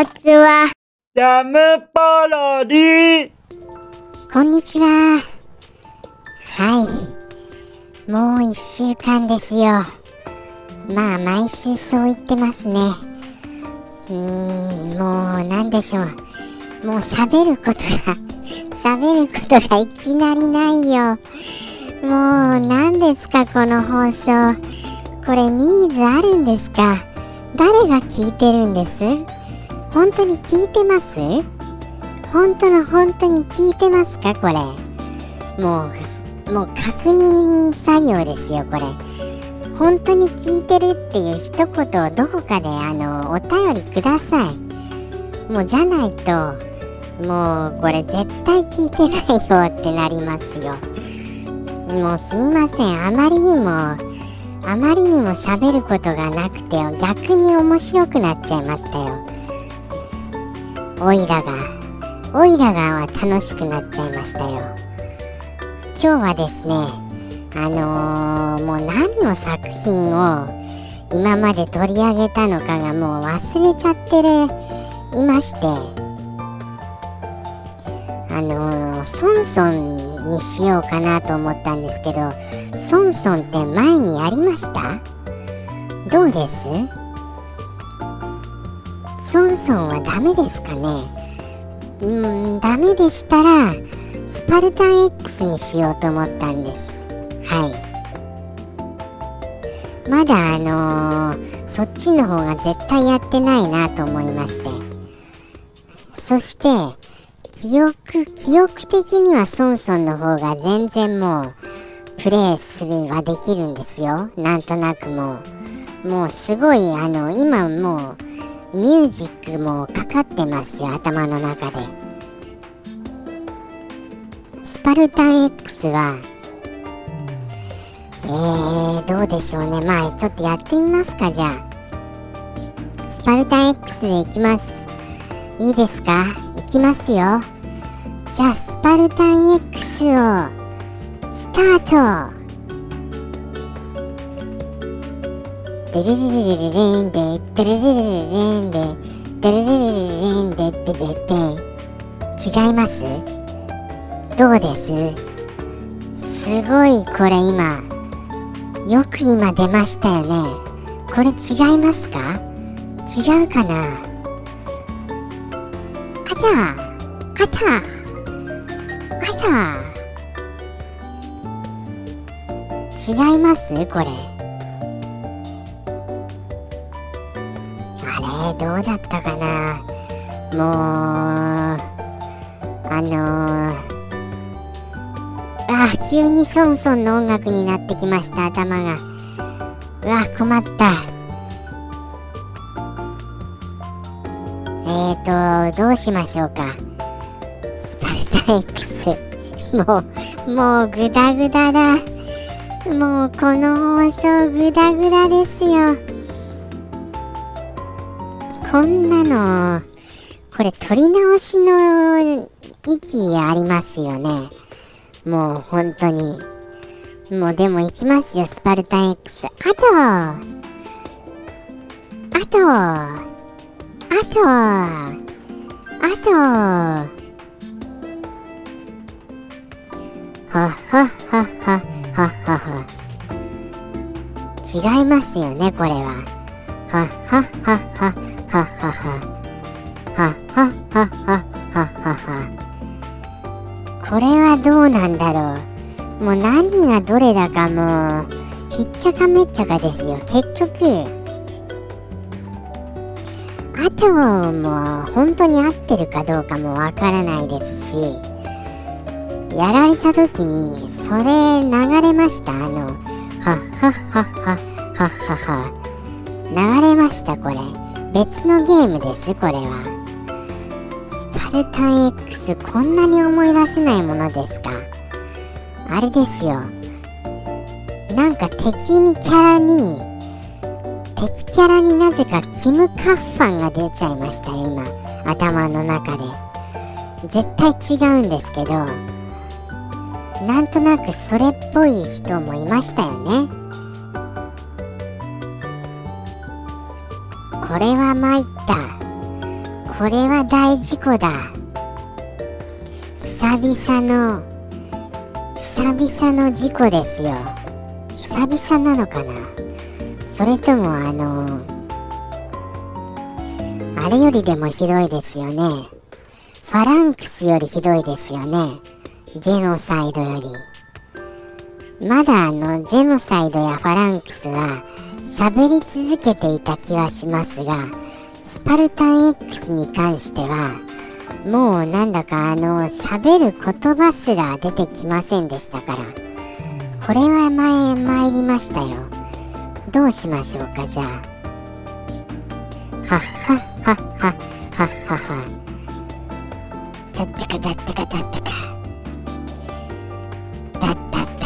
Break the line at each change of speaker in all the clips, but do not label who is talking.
ちは。
ジャムパロディ。
こんにちは。はい。もう1週間ですよ。まあ毎週そう言ってますね。もうなんでしょう。もう喋ることがいきなりないよ。もう何ですかこの放送。これニーズあるんですか？誰が聞いてるんです？本当に聞いてます？本当に聞いてますかこれ？もう確認作業ですよこれ。本当に聞いてるっていう一言をどこかでお便りください。もうじゃないともうこれ絶対聞いてないよってなりますよ。もうすみません。あまりにも喋ることがなくて逆に面白くなっちゃいましたよ。オイラが楽しくなっちゃいましたよ。今日はですねもう何の作品を今まで取り上げたのかがもう忘れちゃっていまして、ソンソンにしようかなと思ったんですけど、ソンソンって前にやりました？どうです？ソンソンはダメですかね？ダメでしたらスパルタン X にしようと思ったんです。はい。まだそっちの方が絶対やってないなと思いまして、そして記憶的にはソンソンの方が全然もうプレイするはできるんですよ。なんとなくもうすごい今もうミュージックもかかってますよ頭の中で。スパルタン X はどうでしょうね。まあちょっとやってみますか。じゃあスパルタン X でいきます。いいですか？いきますよ。じゃあスパルタン X をスタート。デレレレレレンデデレレレレンデデレレレレンデデデデ。違います？どうです？すごいこれよく出ましたよね。これ違いますか？違うかな？あちゃあた違いますこれ。あれどうだったかな。もう急にソンソンの音楽になってきました。頭が困った。どうしましょうか。スパルタン X もうグダグダだ。もうこの放送グダグダですよ。こんなのこれ撮り直しの域ありますよね。もう本当にもうでも行きますよ。スパルタン X あと違いますよねこれは。これはどうなんだろう。もう何がどれだかもうひっちゃかめっちゃかですよ。結局あとも本当に合ってるかどうかもわからないですし、やられた時にそれ流れました。流れました。これ別のゲームです。これはスパルタン X こんなに思い出せないものですか？あれですよ。なんか敵キャラになぜかキム・カッファンが出ちゃいましたよ今頭の中で。絶対違うんですけど、なんとなくそれっぽい人もいましたよね。これは参った。 これは大事故だ。久々の事故ですよ。久々なのかな。それともあれよりでもひどいですよね。ファランクスよりひどいですよね。ジェノサイドより。まだジェノサイドやファランクスは喋り続けていた気はしますが、スパルタン X に関してはもうなんだか喋る言葉すら出てきませんでしたから、これは参りましたよ。どうしましょうか。じゃあ、はっはっはっはっはっはっは、だったかだったかだったかだったった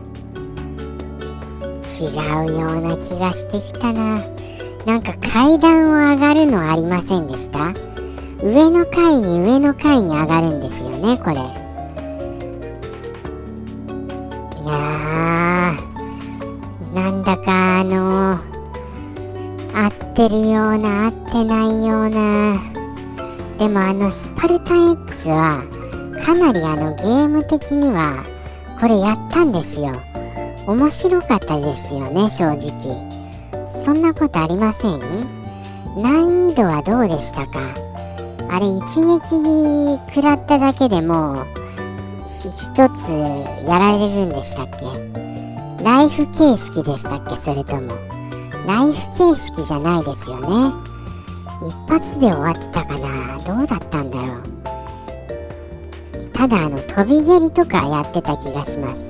違うような気がしてきたな。なんか階段を上がるのありませんでした？上の階に上がるんですよね、これ。いやー、なんだか合ってるような合ってないような。でもスパルタン X はかなりゲーム的にはこれやったんですよ。面白かったですよね、正直。そんなことありません？難易度はどうでしたか？あれ一撃食らっただけでもう一つやられるんでしたっけ？ライフ形式でしたっけ？それともライフ形式じゃないですよね。一発で終わってたかな。どうだったんだろう。ただ飛び蹴りとかやってた気がします。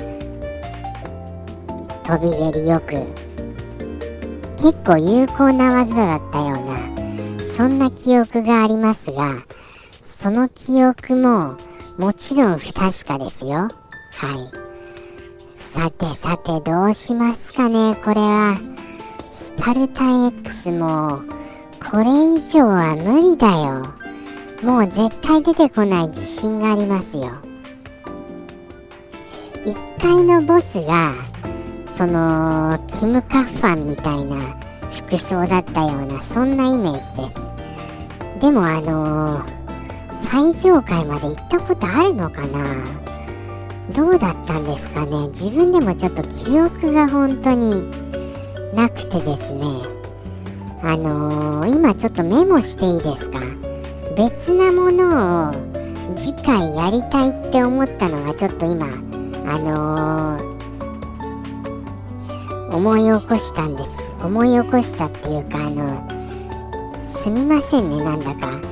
飛び蹴りよく結構有効な技だったような、そんな記憶がありますが、その記憶ももちろん不確かですよ。はい。さてどうしますかね。これはスパルタン X もこれ以上は無理だよ。もう絶対出てこない自信がありますよ。1階のボスがそのキムカッファンみたいな服装だったような、そんなイメージです。でも最上階まで行ったことあるのかな。どうだったんですかね。自分でもちょっと記憶が本当になくてですね。今ちょっとメモしていいですか。別なものを次回やりたいって思ったのがちょっと今思い起こしたんです。思い起こしたっていうかすみませんね。なんだか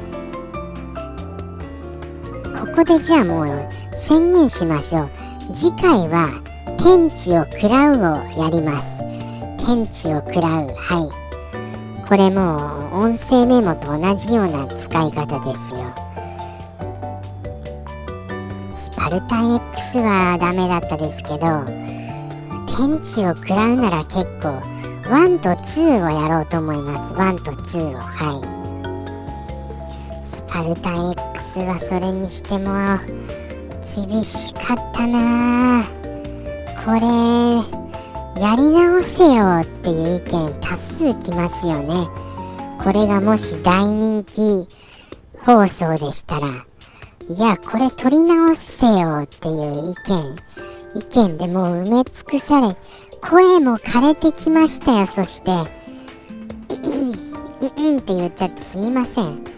ここでじゃあもう宣言しましょう。次回は天地を喰らうをやります。天地を喰らう。はい、これもう音声メモと同じような使い方ですよ。スパルタン X はダメだったですけど、天地を喰らうなら結構1と2をやろうと思います。1と2を。はい。スパルタン X はそれにしても厳しかったな。これやり直せよっていう意見多数来ますよね。これがもし大人気放送でしたら、いやこれ撮り直せよっていう意見でもう埋め尽くされ、声も枯れてきましたよ。そしてって言っちゃってすみません。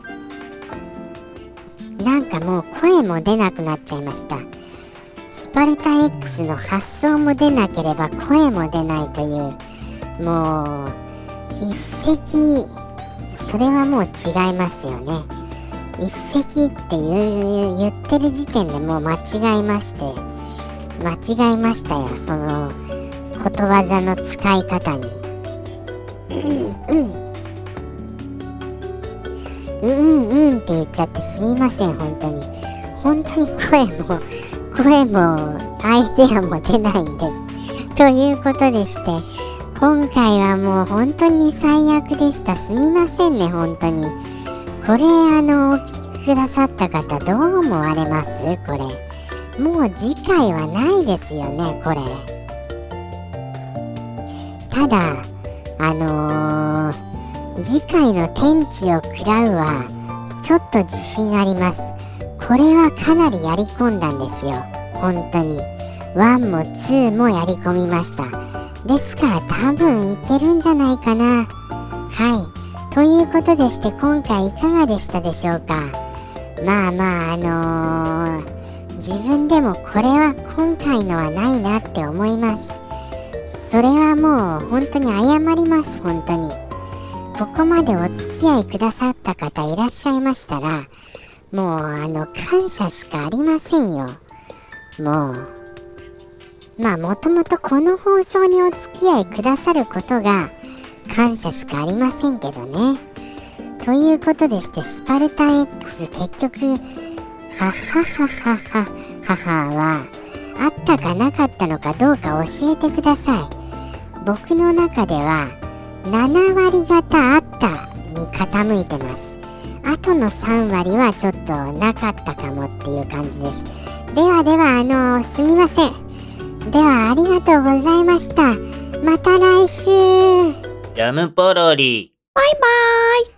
なんかもう声も出なくなっちゃいました。スパルタン X の発想も出なければ声も出ないという、もう一石、それはもう違いますよね。一石って言ってる時点でもう間違いましたよ。そのことわざの使い方に。って言っちゃってすみません。本当に声もアイデアも出ないんですということでして、今回はもう本当に最悪でした。すみませんね。本当にこれお聞きくださった方どう思われます？これもう次回はないですよね。これただ次回の天地を喰らうはちょっと自信あります。これはかなりやり込んだんですよ。本当に1も2もやり込みました。ですから多分いけるんじゃないかな。はい、ということでして、今回いかがでしたでしょうか。自分でもこれは今回のはないなって思います。それはもう本当に謝ります。本当にここまでお付き合いくださった方いらっしゃいましたら、もう感謝しかありませんよ。もともとこの放送にお付き合いくださることが感謝しかありませんけどね。ということでして、スパルタン X 結局はあったかなかったのかどうか教えてください。僕の中では7割方あったに傾いてます。あとの3割はちょっとなかったかもっていう感じです。ではすみません。ではありがとうございました。また来週。
ジャムポロリ。
バイバーイ。